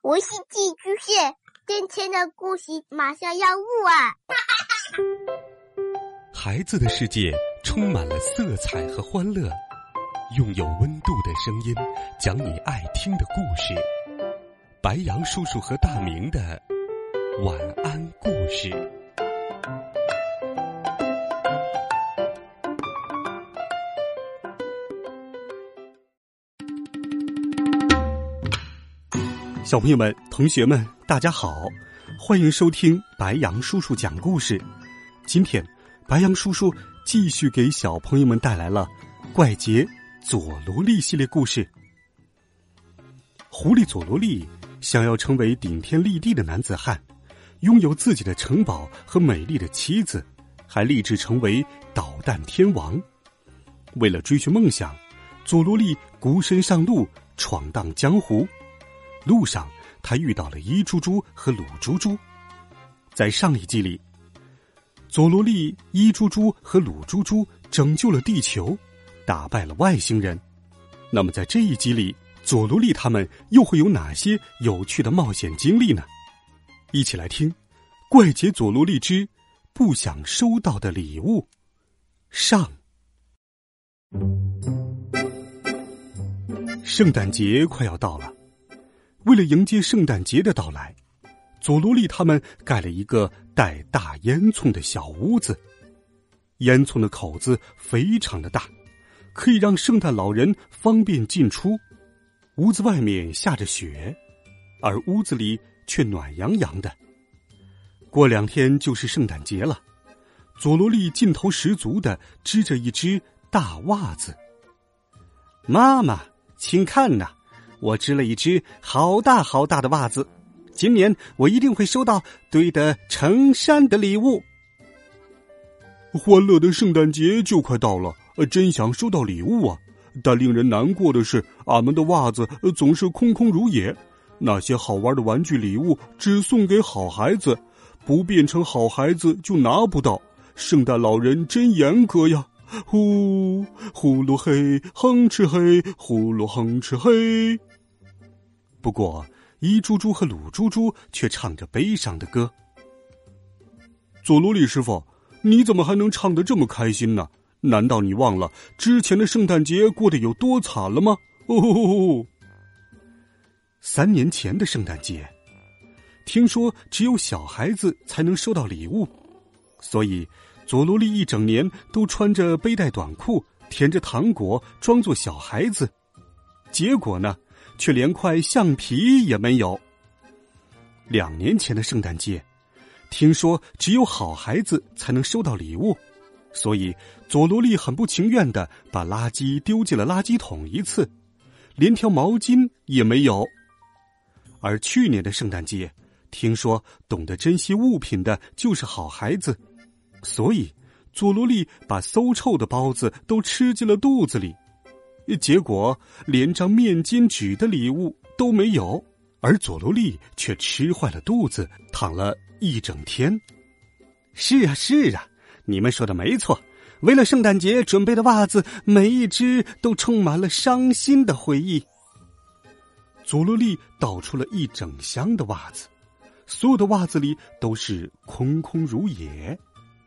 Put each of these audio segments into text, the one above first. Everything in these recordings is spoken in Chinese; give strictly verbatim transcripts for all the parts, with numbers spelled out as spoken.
我是寄居蟹，今天的故事马上要录啊！ 孩子的世界充满了色彩和欢乐，用有温度的声音讲你爱听的故事。白杨叔叔和大明的晚安故事。小朋友们、同学们，大家好，欢迎收听白杨叔叔讲故事。今天白杨叔叔继续给小朋友们带来了怪杰佐罗利系列故事。狐狸佐罗利想要成为顶天立地的男子汉，拥有自己的城堡和美丽的妻子，还立志成为导弹天王。为了追寻梦想，佐罗利孤身上路，闯荡江湖。路上他遇到了伊猪猪和鲁猪猪。在上一集里，佐罗利、伊猪猪和鲁猪猪拯救了地球，打败了外星人。那么在这一集里，佐罗利他们又会有哪些有趣的冒险经历呢？一起来听《怪杰佐罗利之不想收到的礼物》上。圣诞节快要到了，为了迎接圣诞节的到来，佐罗利他们盖了一个带大烟囱的小屋子。烟囱的口子非常的大，可以让圣诞老人方便进出。屋子外面下着雪，而屋子里却暖洋洋的。过两天就是圣诞节了，佐罗利劲头十足地织着一只大袜子。妈妈，请看呐，我织了一只好大好大的袜子，今年我一定会收到堆得成山的礼物。 欢乐的圣诞节就快到了，真想收到礼物啊！但令人难过的是，俺们的袜子总是空空如也。那些好玩的玩具礼物只送给好孩子，不变成好孩子就拿不到。圣诞老人真严格呀！呼呼噜嘿，哼哧嘿，呼噜哼哧嘿。 不过伊猪猪和鲁猪猪却唱着悲伤的歌。 佐罗利师傅，你怎么还能唱得这么开心呢？难道你忘了之前的圣诞节过得有多惨了吗？哦吼吼吼！ 三年前的圣诞节，听说只有小孩子才能收到礼物，所以佐罗利一整年都穿着背带短裤，舔着糖果，装作小孩子。结果呢，却连块橡皮也没有。两年前的圣诞节，听说只有好孩子才能收到礼物，所以佐罗利很不情愿地把垃圾丢进了垃圾桶一次，连条毛巾也没有。而去年的圣诞节，听说懂得珍惜物品的就是好孩子，所以佐罗利把馊臭的包子都吃进了肚子里，结果连张面巾纸的礼物都没有，而佐罗利却吃坏了肚子，躺了一整天。是啊是啊，你们说的没错，为了圣诞节准备的袜子，每一只都充满了伤心的回忆。佐罗利倒出了一整箱的袜子，所有的袜子里都是空空如也。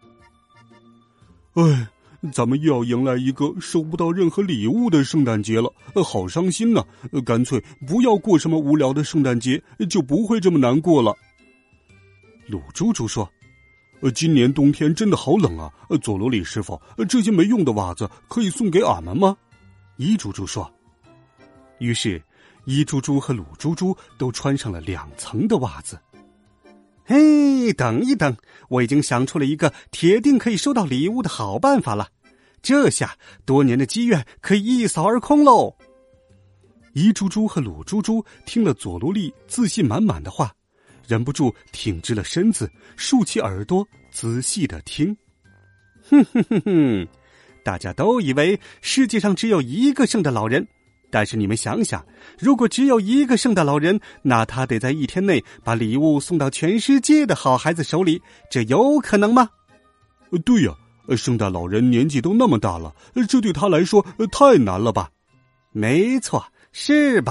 哎，咱们又要迎来一个收不到任何礼物的圣诞节了，好伤心呐！干脆不要过什么无聊的圣诞节，就不会这么难过了。 鲁猪猪说： 今年冬天真的好冷啊！佐罗利师傅，这些没用的袜子可以送给俺们吗？ 伊猪猪说。于是伊猪猪和鲁猪猪都穿上了两层的袜子。嘿，等一等，我已经想出了一个铁定可以收到礼物的好办法了，这下多年的积怨可以一扫而空喽。伊猪猪和鲁猪猪听了佐罗利自信满满的话，忍不住挺直了身子，竖起耳朵仔细地听。哼哼哼哼，大家都以为世界上只有一个圣诞老人，但是你们想想，如果只有一个圣诞老人，那他得在一天内把礼物送到全世界的好孩子手里，这有可能吗？ 对呀，圣诞老人年纪都那么大了，这对他来说太难了吧？ 没错，是吧？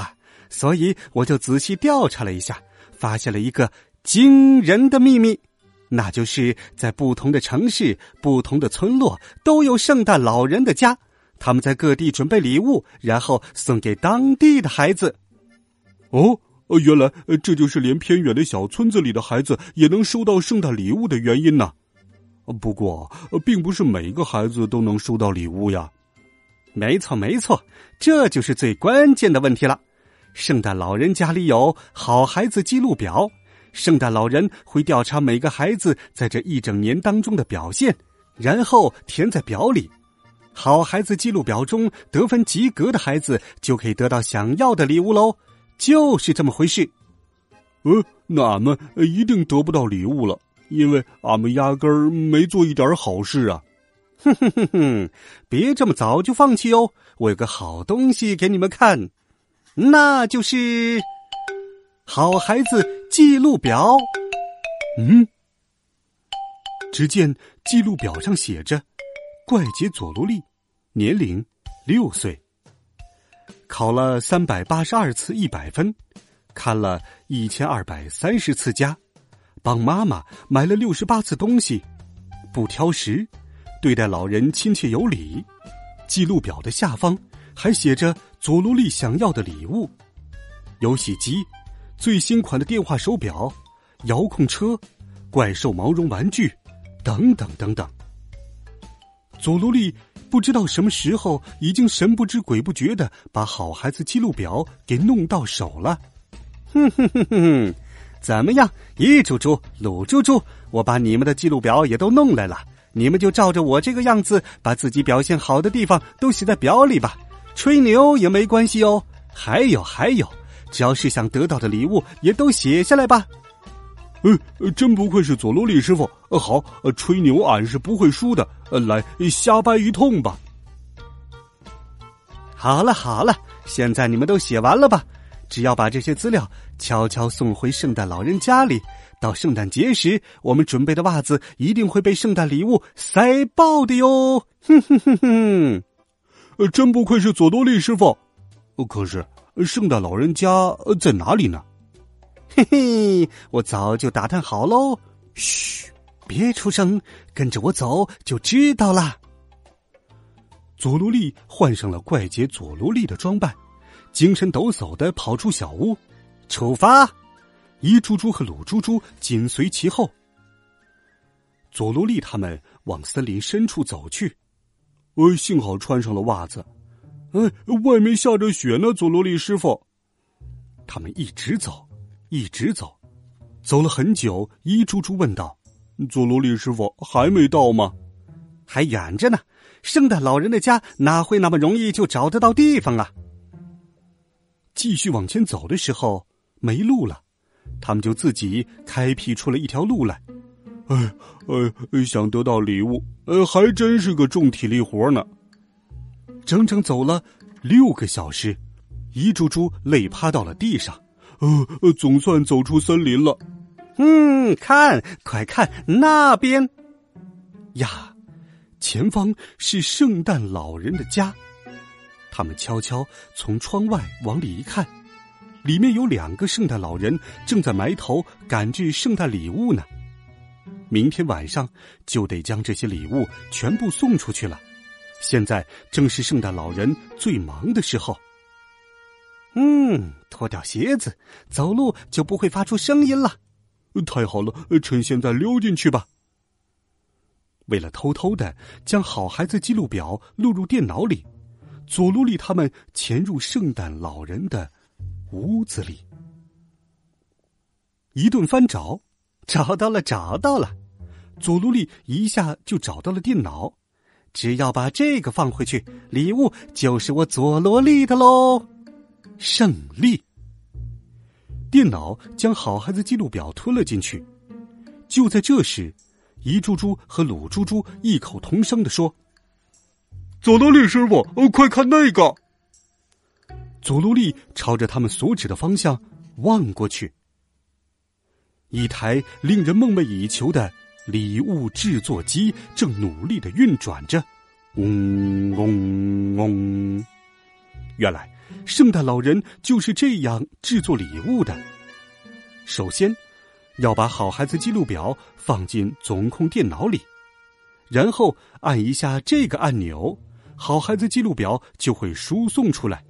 所以我就仔细调查了一下，发现了一个惊人的秘密，那就是在不同的城市、不同的村落都有圣诞老人的家，他们在各地准备礼物，然后送给当地的孩子。 哦，原来这就是连偏远的小村子里的孩子也能收到圣诞礼物的原因呢。不过，并不是每个孩子都能收到礼物呀。 没错没错，这就是最关键的问题了。圣诞老人家里有好孩子记录表，圣诞老人会调查每个孩子在这一整年当中的表现，然后填在表里。好孩子记录表中得分及格的孩子就可以得到想要的礼物喽，就是这么回事。 呃，那俺们一定得不到礼物了，因为俺们压根儿没做一点好事啊。 哼哼哼哼，别这么早就放弃哦，我有个好东西给你们看，那就是好孩子记录表。 嗯， 只见记录表上写着怪杰佐罗利，年龄六岁，考了三百八十二次一百分，看了一千二百三十次家，帮妈妈买了六十八次东西，不挑食，对待老人亲切有礼。记录表的下方还写着佐罗利想要的礼物：游戏机、最新款的电话手表、遥控车、怪兽毛绒玩具，等等等等。佐罗利不知道什么时候已经神不知鬼不觉地把好孩子记录表给弄到手了。哼哼哼哼，怎么样，一猪猪、鲁猪猪，我把你们的记录表也都弄来了，你们就照着我这个样子，把自己表现好的地方都写在表里吧，吹牛也没关系哦。还有还有，只要是想得到的礼物也都写下来吧。 呃，真不愧是佐罗利师傅。呃，好，呃，吹牛俺是不会输的。呃，来瞎掰一通吧。 好了好了，现在你们都写完了吧？只要把这些资料悄悄送回圣诞老人家里，到圣诞节时，我们准备的袜子一定会被圣诞礼物塞爆的哟！哼哼哼哼， 呃，真不愧是佐罗利师傅。呃，可是圣诞老人家在哪里呢？ 嘿嘿，我早就打探好喽。嘘，别出声，跟着我走就知道了。佐罗利换上了怪杰佐罗利的装扮，精神抖擞地跑出小屋，出发！一猪猪和鲁猪猪紧随其后。佐罗利他们往森林深处走去。 呃，幸好穿上了袜子。哎，外面下着雪呢，佐罗利师傅。 他们一直走。一直走，走了很久，一猪猪问道：“ 佐罗利师傅还没到吗？”“ 还远着呢，圣诞老人的家哪会那么容易就找得到地方啊？”继续往前走的时候，没路了，他们就自己开辟出了一条路来。 哎，呃，想得到礼物，呃，还真是个重体力活呢。 整整走了六个小时，一猪猪累趴到了地上。 呃，总算走出森林了。 嗯，看，快看那边呀，前方是圣诞老人的家。他们悄悄从窗外往里一看，里面有两个圣诞老人正在埋头赶制圣诞礼物呢。明天晚上就得将这些礼物全部送出去了，现在正是圣诞老人最忙的时候。嗯，脱掉鞋子，走路就不会发出声音了。 太好了，趁现在溜进去吧。 为了偷偷的将好孩子记录表录入电脑里，佐罗利他们潜入圣诞老人的屋子里，一顿翻找，找到了，找到了。佐罗利一下就找到了电脑，只要把这个放回去，礼物就是我佐罗利的喽。胜利！电脑将好孩子记录表吞了进去。就在这时，一猪猪和鲁猪猪异口同声地说：“ 佐罗利师傅，呃，快看那个！” 佐罗利朝着他们所指的方向望过去，一台令人梦寐以求的礼物制作机正努力地运转着，嗡嗡嗡。原来圣诞老人就是这样制作礼物的。首先，要把好孩子记录表放进总控电脑里，然后按一下这个按钮，好孩子记录表就会输送出来。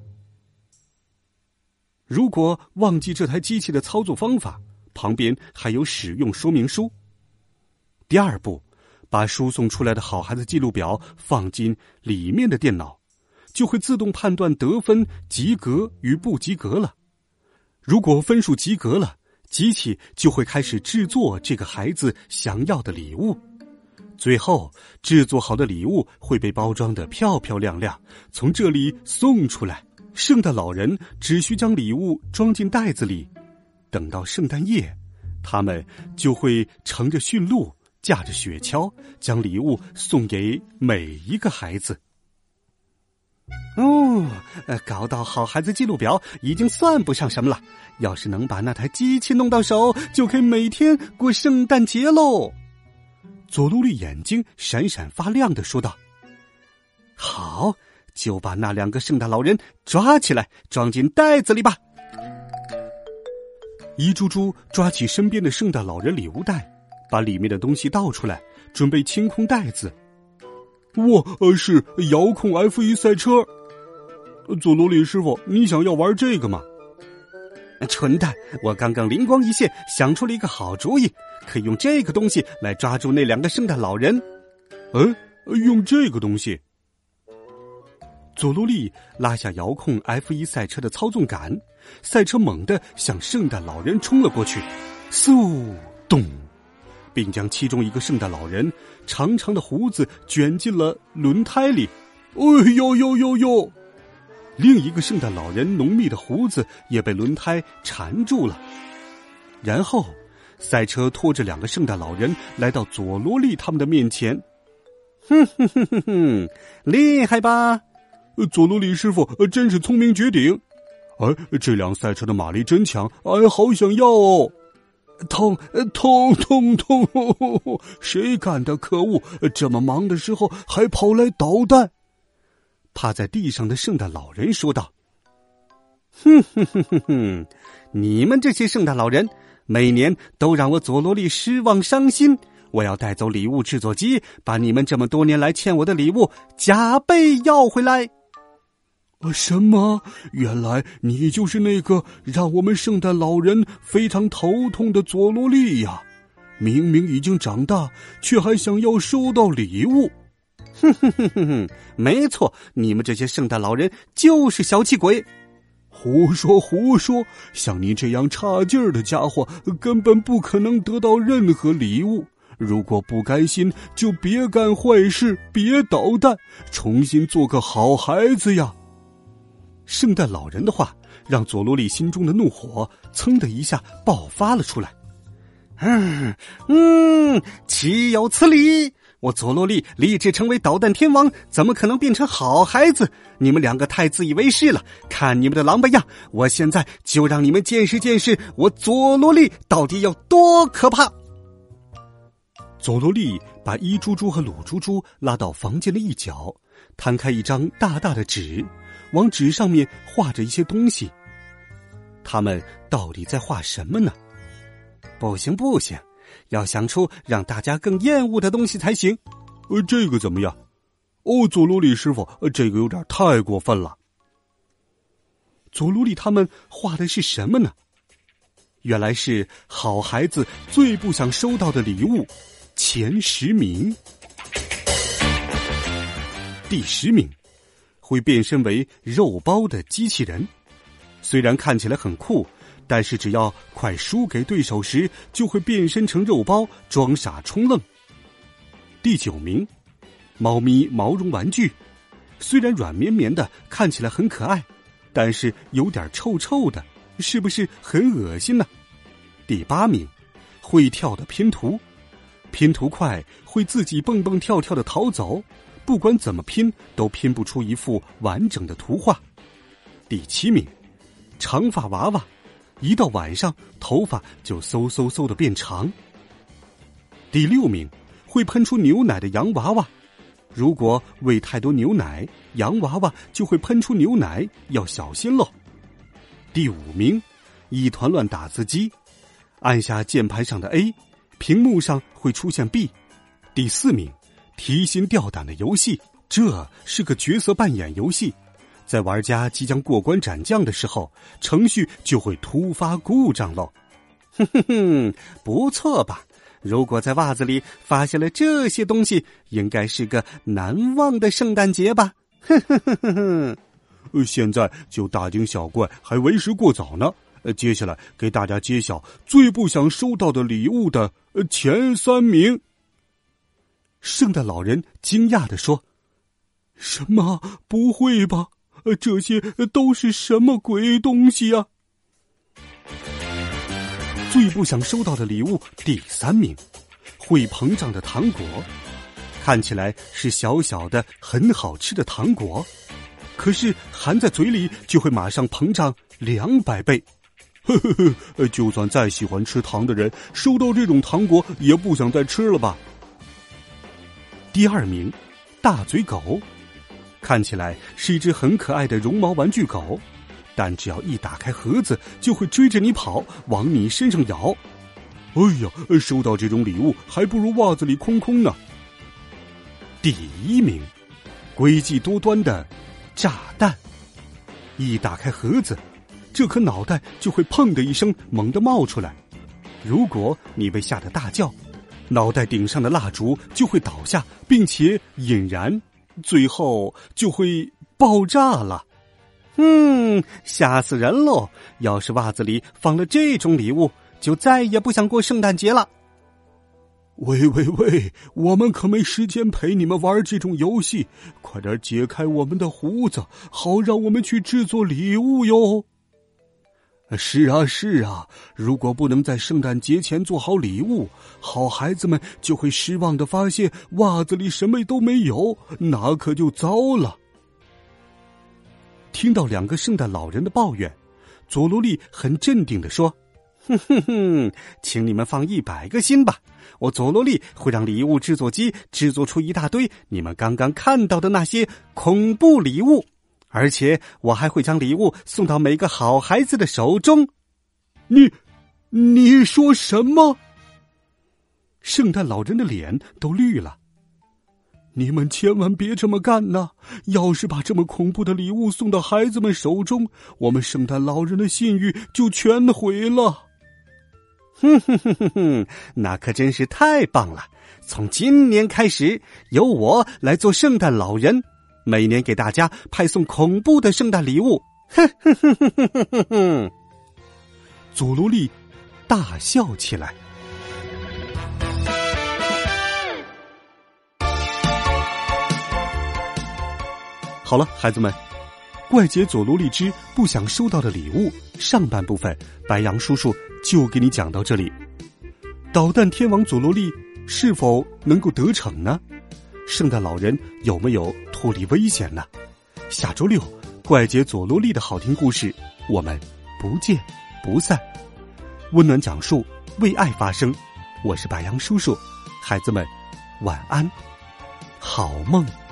如果忘记这台机器的操作方法，旁边还有使用说明书。第二步，把输送出来的好孩子记录表放进里面的电脑，就会自动判断得分及格与不及格了。如果分数及格了，机器就会开始制作这个孩子想要的礼物。最后，制作好的礼物会被包装得漂漂亮亮，从这里送出来。圣诞老人只需将礼物装进袋子里，等到圣诞夜，他们就会乘着驯鹿，驾着雪橇，将礼物送给每一个孩子。哦，搞到好孩子记录表已经算不上什么了，要是能把那台机器弄到手，就可以每天过圣诞节喽。佐罗莉眼睛闪闪发亮地说道：好，就把那两个圣诞老人抓起来，装进袋子里吧。一猪猪抓起身边的圣诞老人礼物袋，把里面的东西倒出来，准备清空袋子。 哇，呃，是遥控 F 一 赛车。佐罗莉师傅，你想要玩这个吗？ 蠢蛋，我刚刚灵光一现，想出了一个好主意，可以用这个东西来抓住那两个圣诞老人。 嗯，用这个东西。 佐罗莉拉下遥控 F 一 赛车的操纵杆，赛车猛地向圣诞老人冲了过去，嗖咚，并将其中一个圣诞老人长长的胡子卷进了轮胎里。 哎呦呦呦呦！ 另一个圣诞老人浓密的胡子也被轮胎缠住了。然后，赛车拖着两个圣诞老人来到佐罗莉他们的面前。哼哼哼哼哼，厉害吧？ 佐罗莉师傅真是聪明绝顶。哎，这辆赛车的马力真强，哎，好想要哦！痛痛痛痛！谁干的？可恶！这么忙的时候还跑来捣蛋！ 趴在地上的圣诞老人说道：哼哼哼哼哼，你们这些圣诞老人，每年都让我佐罗莉失望伤心。我要带走礼物制作机，把你们这么多年来欠我的礼物加倍要回来。 什么？原来你就是那个让我们圣诞老人非常头痛的佐罗莉呀！明明已经长大，却还想要收到礼物。 哼哼哼哼哼，没错，你们这些圣诞老人就是小气鬼。 胡说胡说！像你这样差劲儿的家伙，根本不可能得到任何礼物。如果不甘心，就别干坏事，别捣蛋，重新做个好孩子呀！ 圣诞老人的话让佐罗莉心中的怒火噌的一下爆发了出来。嗯嗯，岂有此理！我佐罗莉立志成为捣蛋天王，怎么可能变成好孩子？你们两个太自以为是了，看你们的狼狈样！我现在就让你们见识见识我佐罗莉到底有多可怕！佐罗莉把一猪猪和鲁猪猪拉到房间的一角，摊开一张大大的纸，往纸上面画着一些东西。他们到底在画什么呢？不行不行，要想出让大家更厌恶的东西才行。 呃，这个怎么样？哦，佐罗莉师傅，这个有点太过分了。 佐罗莉他们画的是什么呢？原来是好孩子最不想收到的礼物前十名。第十名，会变身为肉包的机器人。虽然看起来很酷，但是只要快输给对手时，就会变身成肉包，装傻充愣。第九名，猫咪毛绒玩具。虽然软绵绵的，看起来很可爱，但是有点臭臭的，是不是很恶心呢？第八名，会跳的拼图。拼图快，会自己蹦蹦跳跳的逃走，不管怎么拼都拼不出一幅完整的图画。第七名，长发娃娃，一到晚上头发就嗖嗖嗖的变长。第六名，会喷出牛奶的洋娃娃， 如果喂太多牛奶，洋娃娃就会喷出牛奶，要小心喽。第五名，一团乱打字机，按下键盘上的 A， 屏幕上会出现 B。第四名，提心吊胆的游戏，这是个角色扮演游戏，在玩家即将过关斩将的时候，程序就会突发故障喽。哼哼哼，不错吧？如果在袜子里发现了这些东西，应该是个难忘的圣诞节吧？哼哼哼哼哼。 现在就大惊小怪还为时过早呢。接下来给大家揭晓最不想收到的礼物的前三名。 圣诞老人惊讶地说： 什么？不会吧？这些都是什么鬼东西啊？ 最不想收到的礼物第三名，会膨胀的糖果，看起来是小小的很好吃的糖果，可是含在嘴里就会马上膨胀两百倍。 呵呵呵，就算再喜欢吃糖的人，收到这种糖果也不想再吃了吧。 第二名，大嘴狗，看起来是一只很可爱的绒毛玩具狗，但只要一打开盒子，就会追着你跑，往你身上咬。 哎呀，收到这种礼物还不如袜子里空空呢。 第一名，诡计多端的炸弹，一打开盒子，这颗脑袋就会砰的一声猛地冒出来。如果你被吓得大叫，脑袋顶上的蜡烛就会倒下，并且引燃，最后就会爆炸了。嗯，吓死人喽！要是袜子里放了这种礼物，就再也不想过圣诞节了。 喂喂喂，我们可没时间陪你们玩这种游戏，快点解开我们的胡子，好让我们去制作礼物哟。 是啊是啊，如果不能在圣诞节前做好礼物， 好孩子们就会失望地发现袜子里什么都没有，那可就糟了。 听到两个圣诞老人的抱怨，佐罗利很镇定地说：哼哼哼，请你们放一百个心吧，我佐罗利会让礼物制作机制作出一大堆你们刚刚看到的那些恐怖礼物，而且我还会将礼物送到每个好孩子的手中。 你你说什么？ 圣诞老人的脸都绿了。 你们千万别这么干呐！要是把这么恐怖的礼物送到孩子们手中，我们圣诞老人的信誉就全毁了。 哼哼哼哼哼，那可真是太棒了！从今年开始，由我来做圣诞老人，每年给大家派送恐怖的圣诞礼物。哼哼哼哼哼哼哼！佐罗利大笑起来。好了，孩子们，怪杰佐罗利之不想收到的礼物上半部分，白羊叔叔就给你讲到这里。捣蛋天王佐罗利是否能够得逞呢？圣诞老人有没有脱离危险呢？下周六，怪杰佐罗利的好听故事，我们不见不散。温暖讲述，为爱发声，我是白羊叔叔，孩子们，晚安，好梦。